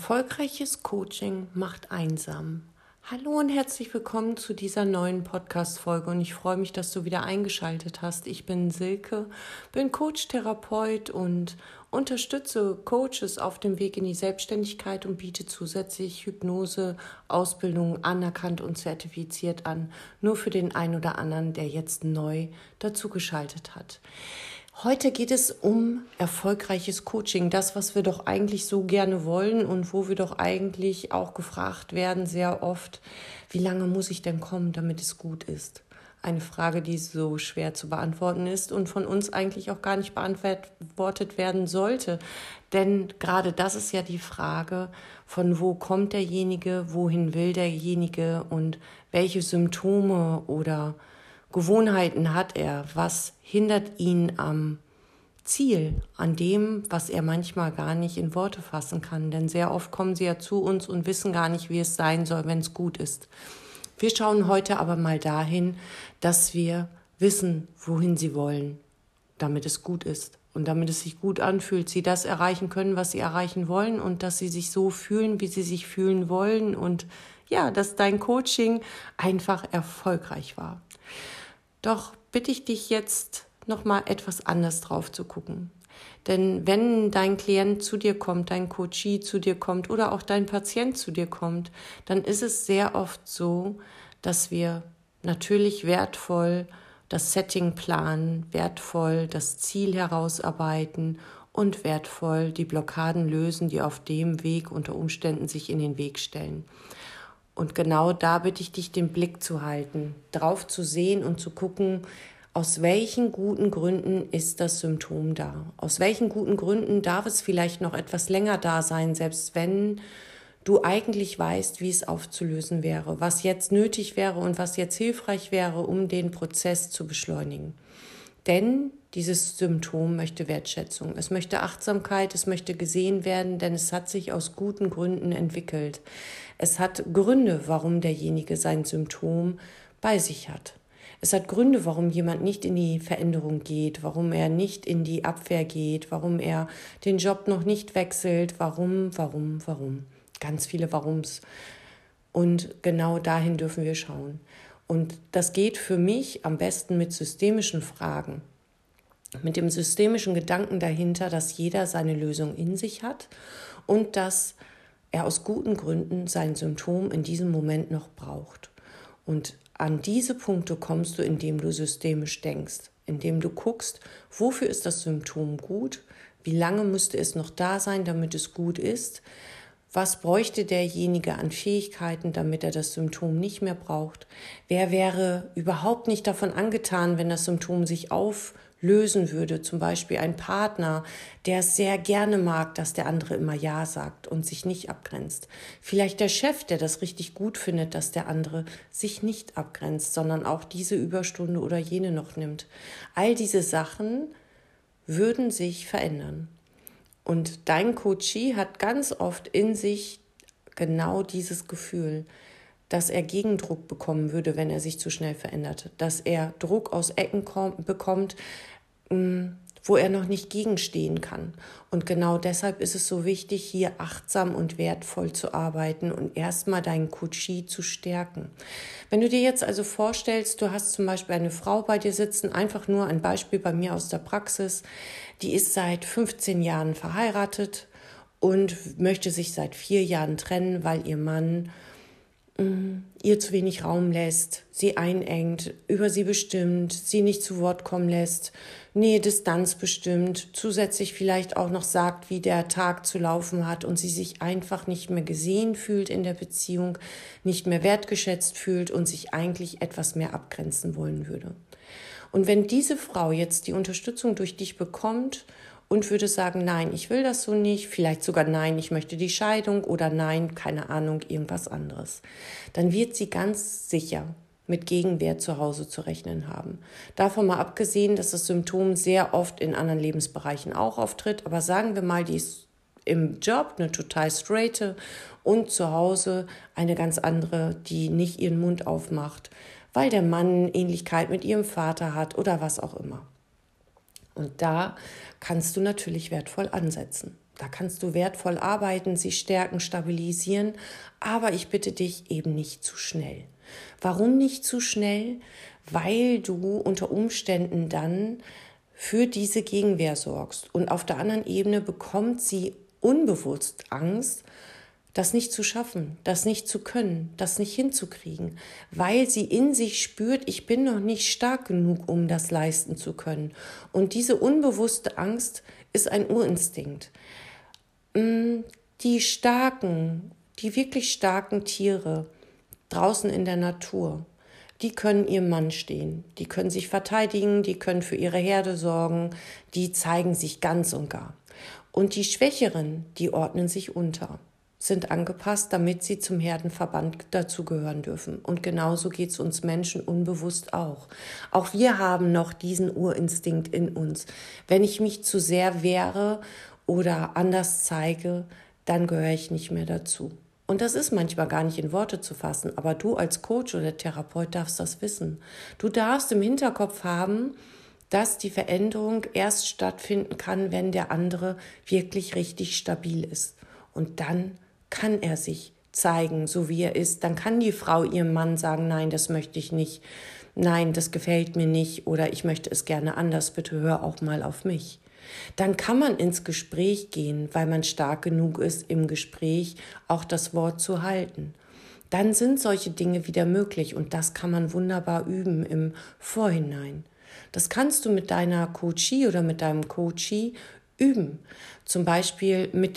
Erfolgreiches Coaching macht einsam. Hallo und herzlich willkommen zu dieser neuen Podcast-Folge und ich freue mich, dass du wieder eingeschaltet hast. Ich bin Silke, bin Coach, Therapeut und unterstütze Coaches auf dem Weg in die Selbstständigkeit und biete zusätzlich Hypnose, Ausbildung anerkannt und zertifiziert an, nur für den einen oder anderen, der jetzt neu dazu geschaltet hat. Heute geht es um erfolgreiches Coaching, das, was wir doch eigentlich so gerne wollen und wo wir doch eigentlich auch gefragt werden sehr oft, wie lange muss ich denn kommen, damit es gut ist? Eine Frage, die so schwer zu beantworten ist und von uns eigentlich auch gar nicht beantwortet werden sollte. Denn gerade das ist ja die Frage, von wo kommt derjenige, wohin will derjenige und welche Symptome oder Gewohnheiten hat er? Was hindert ihn am Ziel, an dem, was er manchmal gar nicht in Worte fassen kann? Denn sehr oft kommen sie ja zu uns und wissen gar nicht, wie es sein soll, wenn es gut ist. Wir schauen heute aber mal dahin, dass wir wissen, wohin sie wollen, damit es gut ist. Und damit es sich gut anfühlt, sie das erreichen können, was sie erreichen wollen und dass sie sich so fühlen, wie sie sich fühlen wollen und ja, dass dein Coaching einfach erfolgreich war. Doch bitte ich dich jetzt nochmal etwas anders drauf zu gucken. Denn wenn dein Klient zu dir kommt, dein Coachee zu dir kommt oder auch dein Patient zu dir kommt, dann ist es sehr oft so, dass wir natürlich wertvoll das Setting planen, wertvoll das Ziel herausarbeiten und wertvoll die Blockaden lösen, die auf dem Weg unter Umständen sich in den Weg stellen. Und genau da bitte ich dich, den Blick zu halten, drauf zu sehen und zu gucken, aus welchen guten Gründen ist das Symptom da? Aus welchen guten Gründen darf es vielleicht noch etwas länger da sein, selbst wenn du eigentlich weißt, wie es aufzulösen wäre, was jetzt nötig wäre und was jetzt hilfreich wäre, um den Prozess zu beschleunigen. Denn dieses Symptom möchte Wertschätzung, es möchte Achtsamkeit, es möchte gesehen werden, denn es hat sich aus guten Gründen entwickelt. Es hat Gründe, warum derjenige sein Symptom bei sich hat. Es hat Gründe, warum jemand nicht in die Veränderung geht, warum er nicht in die Abwehr geht, warum er den Job noch nicht wechselt, warum. Ganz viele Warums. Und genau dahin dürfen wir schauen. Und das geht für mich am besten mit systemischen Fragen, mit dem systemischen Gedanken dahinter, dass jeder seine Lösung in sich hat und dass er aus guten Gründen sein Symptom in diesem Moment noch braucht. Und an diese Punkte kommst du, indem du systemisch denkst, indem du guckst, wofür ist das Symptom gut, wie lange müsste es noch da sein, damit es gut ist, was bräuchte derjenige an Fähigkeiten, damit er das Symptom nicht mehr braucht? Wer wäre überhaupt nicht davon angetan, wenn das Symptom sich auflösen würde? Zum Beispiel ein Partner, der es sehr gerne mag, dass der andere immer Ja sagt und sich nicht abgrenzt. Vielleicht der Chef, der das richtig gut findet, dass der andere sich nicht abgrenzt, sondern auch diese Überstunde oder jene noch nimmt. All diese Sachen würden sich verändern. Und dein Coachee hat ganz oft in sich genau dieses Gefühl, dass er Gegendruck bekommen würde, wenn er sich zu schnell verändert, dass er Druck aus Ecken bekommt, wo er noch nicht gegenstehen kann. Und genau deshalb ist es so wichtig, hier achtsam und wertvoll zu arbeiten und erstmal deinen Coachee zu stärken. Wenn du dir jetzt also vorstellst, du hast zum Beispiel eine Frau bei dir sitzen, einfach nur ein Beispiel bei mir aus der Praxis, die ist seit 15 Jahren verheiratet und möchte sich seit 4 Jahren trennen, weil ihr Mann ihr zu wenig Raum lässt, sie einengt, über sie bestimmt, sie nicht zu Wort kommen lässt, Nähe, Distanz bestimmt, zusätzlich vielleicht auch noch sagt, wie der Tag zu laufen hat und sie sich einfach nicht mehr gesehen fühlt in der Beziehung, nicht mehr wertgeschätzt fühlt und sich eigentlich etwas mehr abgrenzen wollen würde. Und wenn diese Frau jetzt die Unterstützung durch dich bekommt und würde sagen, nein, ich will das so nicht, vielleicht sogar nein, ich möchte die Scheidung oder nein, keine Ahnung, irgendwas anderes, dann wird sie ganz sicher mit Gegenwehr zu Hause zu rechnen haben. Davon mal abgesehen, dass das Symptom sehr oft in anderen Lebensbereichen auch auftritt, aber sagen wir mal, die ist im Job eine total straighte und zu Hause eine ganz andere, die nicht ihren Mund aufmacht, weil der Mann Ähnlichkeit mit ihrem Vater hat oder was auch immer. Und da kannst du natürlich wertvoll ansetzen. Da kannst du wertvoll arbeiten, sie stärken, stabilisieren, aber ich bitte dich eben nicht zu schnell. Warum nicht zu schnell? Weil du unter Umständen dann für diese Gegenwehr sorgst. Und auf der anderen Ebene bekommt sie unbewusst Angst, das nicht zu schaffen, das nicht zu können, das nicht hinzukriegen, weil sie in sich spürt, ich bin noch nicht stark genug, um das leisten zu können. Und diese unbewusste Angst ist ein Urinstinkt. Die starken, die wirklich starken Tiere draußen in der Natur, die können ihrem Mann stehen, die können sich verteidigen, die können für ihre Herde sorgen, die zeigen sich ganz und gar. Und die Schwächeren, die ordnen sich unter, sind angepasst, damit sie zum Herdenverband dazugehören dürfen. Und genauso geht es uns Menschen unbewusst auch. Auch wir haben noch diesen Urinstinkt in uns. Wenn ich mich zu sehr wehre oder anders zeige, dann gehöre ich nicht mehr dazu. Und das ist manchmal gar nicht in Worte zu fassen, aber du als Coach oder Therapeut darfst das wissen. Du darfst im Hinterkopf haben, dass die Veränderung erst stattfinden kann, wenn der andere wirklich richtig stabil ist. Und dann kann er sich zeigen, so wie er ist. Dann kann die Frau ihrem Mann sagen, nein, das möchte ich nicht, nein, das gefällt mir nicht oder ich möchte es gerne anders, bitte hör auch mal auf mich. Dann kann man ins Gespräch gehen, weil man stark genug ist, im Gespräch auch das Wort zu halten. Dann sind solche Dinge wieder möglich und das kann man wunderbar üben im Vorhinein. Das kannst du mit deiner Coachie oder mit deinem Coachie üben. Zum Beispiel mit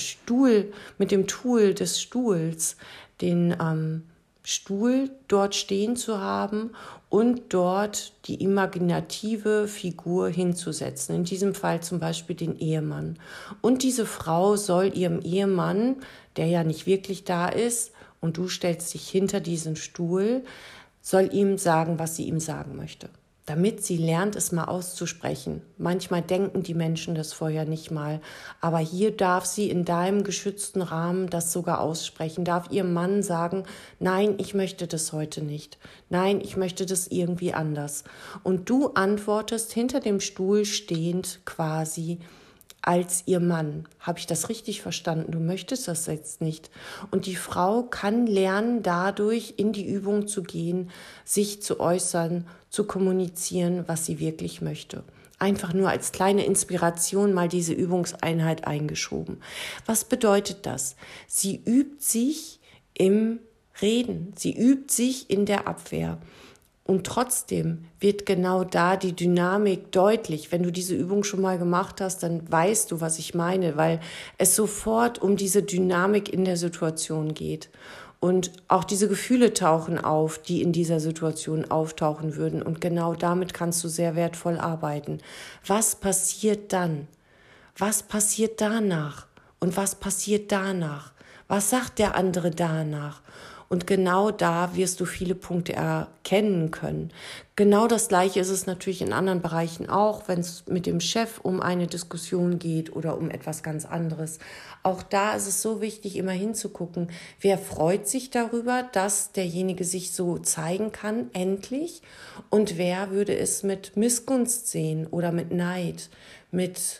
dem Tool des Stuhls, den Stuhl dort stehen zu haben und dort die imaginative Figur hinzusetzen. In diesem Fall zum Beispiel den Ehemann. Und diese Frau soll ihrem Ehemann, der ja nicht wirklich da ist, und du stellst dich hinter diesen Stuhl, soll ihm sagen, was sie ihm sagen möchte. Damit sie lernt, es mal auszusprechen. Manchmal denken die Menschen das vorher nicht mal, aber hier darf sie in deinem geschützten Rahmen das sogar aussprechen, darf ihrem Mann sagen, nein, ich möchte das heute nicht, nein, ich möchte das irgendwie anders. Und du antwortest hinter dem Stuhl stehend quasi als ihr Mann. Habe ich das richtig verstanden? Du möchtest das jetzt nicht. Und die Frau kann lernen, dadurch in die Übung zu gehen, sich zu äußern, zu kommunizieren, was sie wirklich möchte. Einfach nur als kleine Inspiration mal diese Übungseinheit eingeschoben. Was bedeutet das? Sie übt sich im Reden. Sie übt sich in der Abwehr. Und trotzdem wird genau da die Dynamik deutlich. Wenn du diese Übung schon mal gemacht hast, dann weißt du, was ich meine, weil es sofort um diese Dynamik in der Situation geht. Und auch diese Gefühle tauchen auf, die in dieser Situation auftauchen würden. Und genau damit kannst du sehr wertvoll arbeiten. Was passiert dann? Was passiert danach? Und was passiert danach? Was sagt der andere danach? Und genau da wirst du viele Punkte erkennen können. Genau das Gleiche ist es natürlich in anderen Bereichen auch, wenn es mit dem Chef um eine Diskussion geht oder um etwas ganz anderes. Auch da ist es so wichtig, immer hinzugucken, wer freut sich darüber, dass derjenige sich so zeigen kann, endlich, und wer würde es mit Missgunst sehen oder mit Neid, mit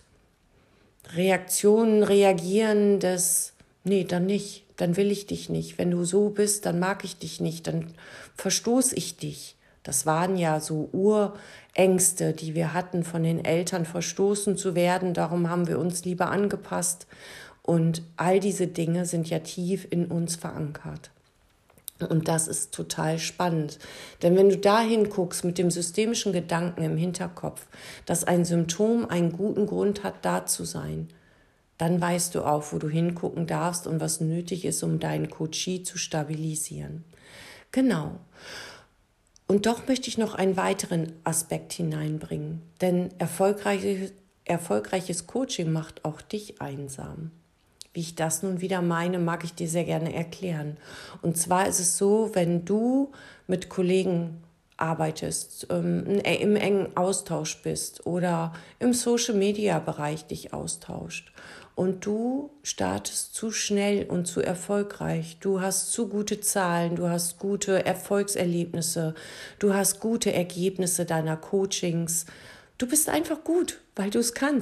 reagieren des, nee, dann nicht. Dann will ich dich nicht. Wenn du so bist, dann mag ich dich nicht, dann verstoße ich dich. Das waren ja so Urängste, die wir hatten, von den Eltern verstoßen zu werden. Darum haben wir uns lieber angepasst. Und all diese Dinge sind ja tief in uns verankert. Und das ist total spannend. Denn wenn du dahin guckst mit dem systemischen Gedanken im Hinterkopf, dass ein Symptom einen guten Grund hat, da zu sein, dann weißt du auch, wo du hingucken darfst und was nötig ist, um deinen Coachie zu stabilisieren. Genau. Und doch möchte ich noch einen weiteren Aspekt hineinbringen. Denn erfolgreiches Coaching macht auch dich einsam. Wie ich das nun wieder meine, mag ich dir sehr gerne erklären. Und zwar ist es so, wenn du mit Kollegen arbeitest, im engen Austausch bist oder im Social-Media-Bereich dich austauscht und du startest zu schnell und zu erfolgreich, du hast zu gute Zahlen, du hast gute Erfolgserlebnisse, du hast gute Ergebnisse deiner Coachings, du bist einfach gut, weil du es kannst.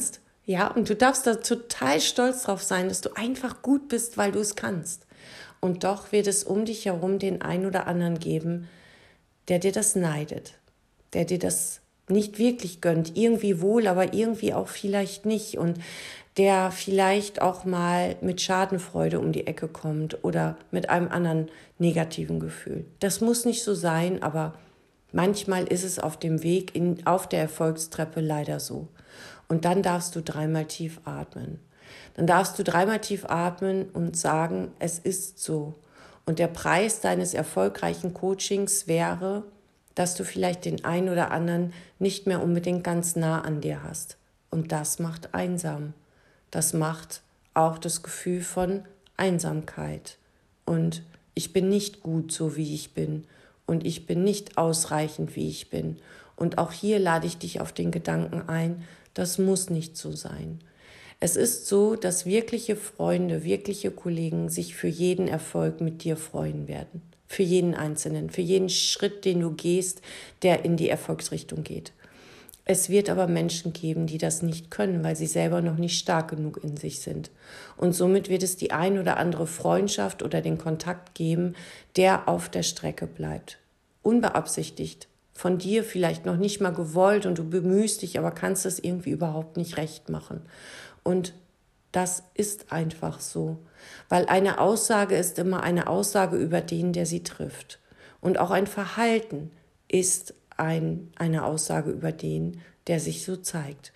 Ja, und du darfst da total stolz drauf sein, dass du einfach gut bist, weil du es kannst. Und doch wird es um dich herum den einen oder anderen geben, der dir das neidet, der dir das nicht wirklich gönnt, irgendwie wohl, aber irgendwie auch vielleicht nicht und der vielleicht auch mal mit Schadenfreude um die Ecke kommt oder mit einem anderen negativen Gefühl. Das muss nicht so sein, aber manchmal ist es auf dem Weg auf der Erfolgstreppe leider so. Und dann darfst du dreimal tief atmen. Dann darfst du dreimal tief atmen und sagen, es ist so. Und der Preis deines erfolgreichen Coachings wäre, dass du vielleicht den einen oder anderen nicht mehr unbedingt ganz nah an dir hast. Und das macht einsam. Das macht auch das Gefühl von Einsamkeit. Und ich bin nicht gut so, wie ich bin. Und ich bin nicht ausreichend, wie ich bin. Und auch hier lade ich dich auf den Gedanken ein, das muss nicht so sein. Es ist so, dass wirkliche Freunde, wirkliche Kollegen sich für jeden Erfolg mit dir freuen werden. Für jeden Einzelnen, für jeden Schritt, den du gehst, der in die Erfolgsrichtung geht. Es wird aber Menschen geben, die das nicht können, weil sie selber noch nicht stark genug in sich sind. Und somit wird es die ein oder andere Freundschaft oder den Kontakt geben, der auf der Strecke bleibt. Unbeabsichtigt. Von dir vielleicht noch nicht mal gewollt und du bemühst dich, aber kannst es irgendwie überhaupt nicht recht machen. Und das ist einfach so, weil eine Aussage ist immer eine Aussage über den, der sie trifft. Und auch ein Verhalten ist eine Aussage über den, der sich so zeigt.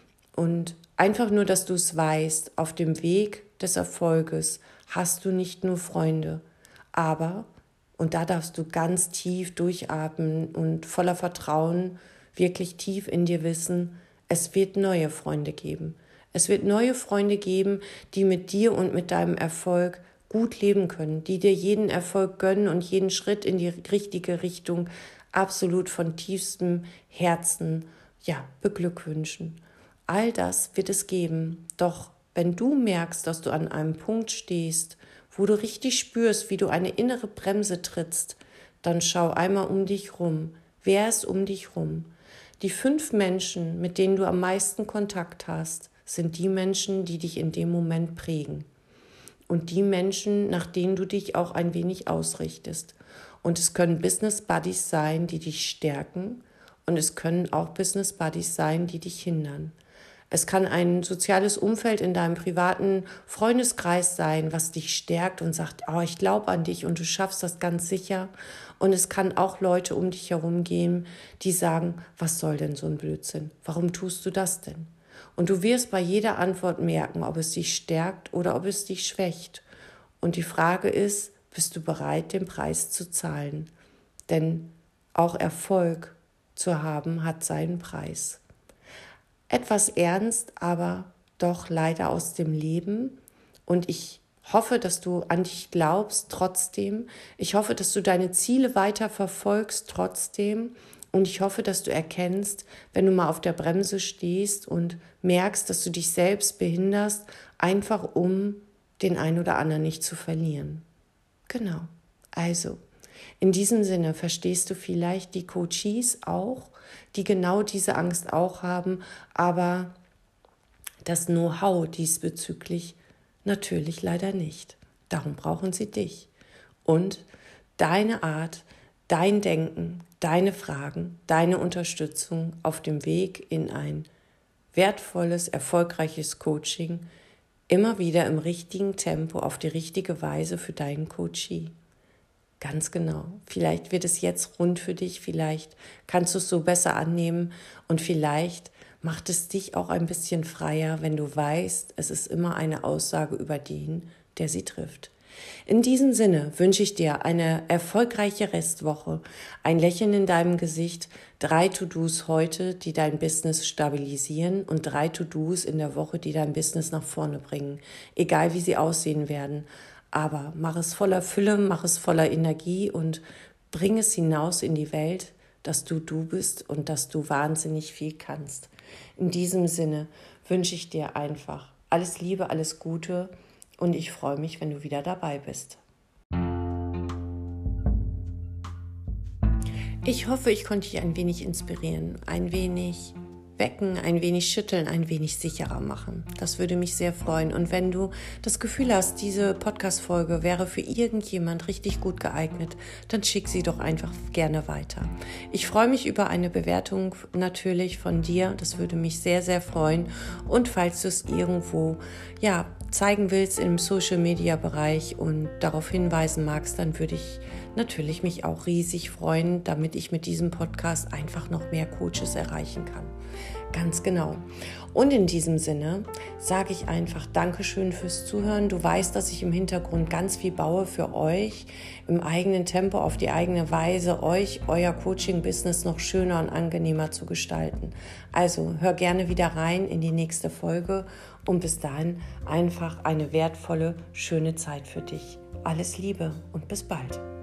Und einfach nur, dass du es weißt, auf dem Weg des Erfolges hast du nicht nur Freunde, aber, und da darfst du ganz tief durchatmen und voller Vertrauen wirklich tief in dir wissen, es wird neue Freunde geben. Es wird neue Freunde geben, die mit dir und mit deinem Erfolg gut leben können, die dir jeden Erfolg gönnen und jeden Schritt in die richtige Richtung absolut von tiefstem Herzen, beglückwünschen. All das wird es geben. Doch wenn du merkst, dass du an einem Punkt stehst, wo du richtig spürst, wie du eine innere Bremse trittst, dann schau einmal um dich rum. Wer ist um dich rum? Die 5 Menschen, mit denen du am meisten Kontakt hast, sind die Menschen, die dich in dem Moment prägen. Und die Menschen, nach denen du dich auch ein wenig ausrichtest. Und es können Business Buddies sein, die dich stärken. Und es können auch Business Buddies sein, die dich hindern. Es kann ein soziales Umfeld in deinem privaten Freundeskreis sein, was dich stärkt und sagt, oh, ich glaube an dich und du schaffst das ganz sicher. Und es kann auch Leute um dich herum geben, die sagen, was soll denn so ein Blödsinn? Warum tust du das denn? Und du wirst bei jeder Antwort merken, ob es dich stärkt oder ob es dich schwächt. Und die Frage ist, bist du bereit, den Preis zu zahlen? Denn auch Erfolg zu haben hat seinen Preis. Etwas ernst, aber doch leider aus dem Leben. Und ich hoffe, dass du an dich glaubst trotzdem. Ich hoffe, dass du deine Ziele weiter verfolgst trotzdem. Und ich hoffe, dass du erkennst, wenn du mal auf der Bremse stehst und merkst, dass du dich selbst behinderst, einfach um den einen oder anderen nicht zu verlieren. Genau. Also, in diesem Sinne verstehst du vielleicht die Coaches auch, die genau diese Angst auch haben, aber das Know-how diesbezüglich natürlich leider nicht. Darum brauchen sie dich und deine Art, dein Denken, deine Fragen, deine Unterstützung auf dem Weg in ein wertvolles, erfolgreiches Coaching, immer wieder im richtigen Tempo, auf die richtige Weise für deinen Coachee. Ganz genau. Vielleicht wird es jetzt rund für dich, vielleicht kannst du es so besser annehmen und vielleicht macht es dich auch ein bisschen freier, wenn du weißt, es ist immer eine Aussage über den, der sie trifft. In diesem Sinne wünsche ich dir eine erfolgreiche Restwoche, ein Lächeln in deinem Gesicht, 3 To-Dos heute, die dein Business stabilisieren und 3 To-Dos in der Woche, die dein Business nach vorne bringen, egal wie sie aussehen werden. Aber mach es voller Fülle, mach es voller Energie und bring es hinaus in die Welt, dass du bist und dass du wahnsinnig viel kannst. In diesem Sinne wünsche ich dir einfach alles Liebe, alles Gute und ich freue mich, wenn du wieder dabei bist. Ich hoffe, ich konnte dich ein wenig inspirieren, ein wenig wecken, ein wenig schütteln, ein wenig sicherer machen. Das würde mich sehr freuen. Und wenn du das Gefühl hast, diese Podcast-Folge wäre für irgendjemand richtig gut geeignet, dann schick sie doch einfach gerne weiter. Ich freue mich über eine Bewertung natürlich von dir. Das würde mich sehr, sehr freuen. Und falls du es irgendwo zeigen willst im Social-Media-Bereich und darauf hinweisen magst, dann würde ich natürlich mich auch riesig freuen, damit ich mit diesem Podcast einfach noch mehr Coaches erreichen kann. Ganz genau. Und in diesem Sinne sage ich einfach Dankeschön fürs Zuhören. Du weißt, dass ich im Hintergrund ganz viel baue für euch, im eigenen Tempo, auf die eigene Weise, euch euer Coaching-Business noch schöner und angenehmer zu gestalten. Also hör gerne wieder rein in die nächste Folge und bis dahin einfach eine wertvolle, schöne Zeit für dich. Alles Liebe und bis bald.